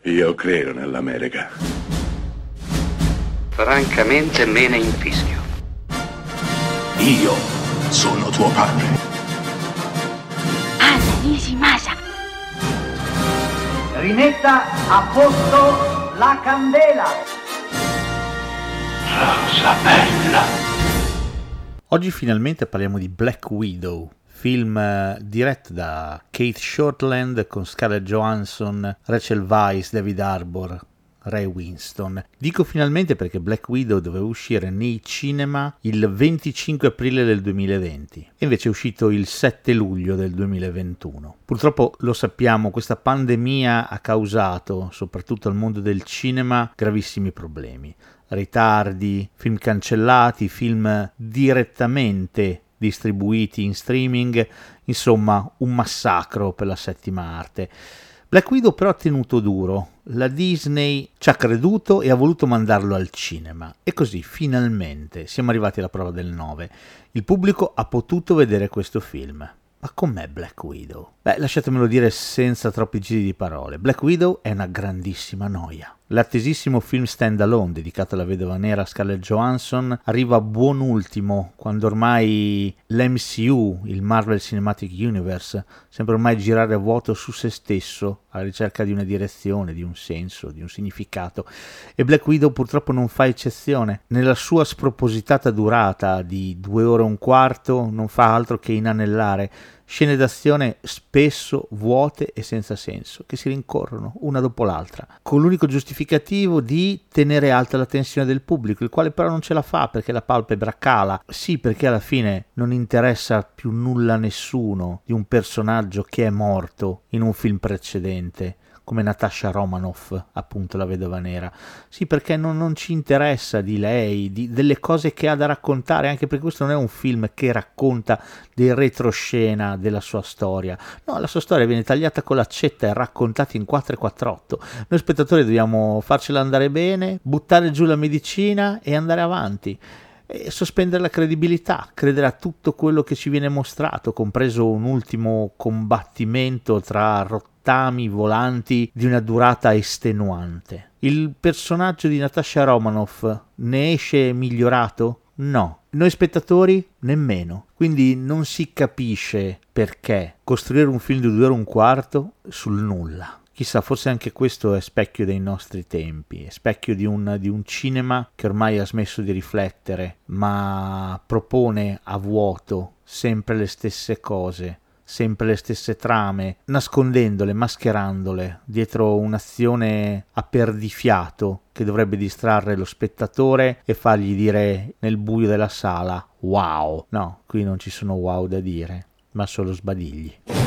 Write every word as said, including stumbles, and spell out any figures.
Io credo nell'America. Francamente me ne infischio. Io sono tuo padre. Anna Nishimasa. Rimetta a posto la candela. Rosa bella. Oggi finalmente parliamo di Black Widow, film eh, diretto da Kate Shortland con Scarlett Johansson, Rachel Weisz, David Harbour, Ray Winston. Dico finalmente perché Black Widow doveva uscire nei cinema il venticinque aprile del duemilaventi e invece è uscito il sette luglio del duemilaventuno. Purtroppo lo sappiamo, questa pandemia ha causato soprattutto al mondo del cinema gravissimi problemi. Ritardi, film cancellati, film direttamente distribuiti in streaming, insomma un massacro per la settima arte. Black Widow però ha tenuto duro, la Disney ci ha creduto e ha voluto mandarlo al cinema e così finalmente siamo arrivati alla prova del nove. Il pubblico ha potuto vedere questo film. Ma com'è Black Widow? Beh, lasciatemelo dire senza troppi giri di parole. Black Widow è una grandissima noia. L'attesissimo film stand-alone dedicato alla vedova nera Scarlett Johansson arriva a buon ultimo quando ormai l'M C U, il Marvel Cinematic Universe, sembra ormai girare a vuoto su se stesso alla ricerca di una direzione, di un senso, di un significato. E Black Widow purtroppo non fa eccezione. Nella sua spropositata durata di due ore e un quarto non fa altro che inanellare scene d'azione spesso vuote e senza senso, che si rincorrono una dopo l'altra, con l'unico giustificativo di tenere alta la tensione del pubblico, il quale però non ce la fa perché la palpebra cala. Sì, perché alla fine non interessa più nulla a nessuno di un personaggio che è morto in un film precedente, come Natasha Romanoff, appunto la vedova nera. Sì, perché non, non ci interessa di lei, di, delle cose che ha da raccontare, anche perché questo non è un film che racconta del retroscena della sua storia. No, la sua storia viene tagliata con l'accetta e raccontata in quattro e quattr'otto. Noi spettatori dobbiamo farcela andare bene, buttare giù la medicina e andare avanti. E sospendere la credibilità, credere a tutto quello che ci viene mostrato, compreso un ultimo combattimento tra rottami volanti di una durata estenuante. Il personaggio di Natasha Romanoff ne esce migliorato? No. Noi spettatori? Nemmeno. Quindi non si capisce perché costruire un film di due ore e un quarto sul nulla. Chissà, forse anche questo è specchio dei nostri tempi, è specchio di un, di un cinema che ormai ha smesso di riflettere, ma propone a vuoto sempre le stesse cose, sempre le stesse trame, nascondendole, mascherandole dietro un'azione a perdifiato che dovrebbe distrarre lo spettatore e fargli dire nel buio della sala wow. No, qui non ci sono wow da dire, ma solo sbadigli.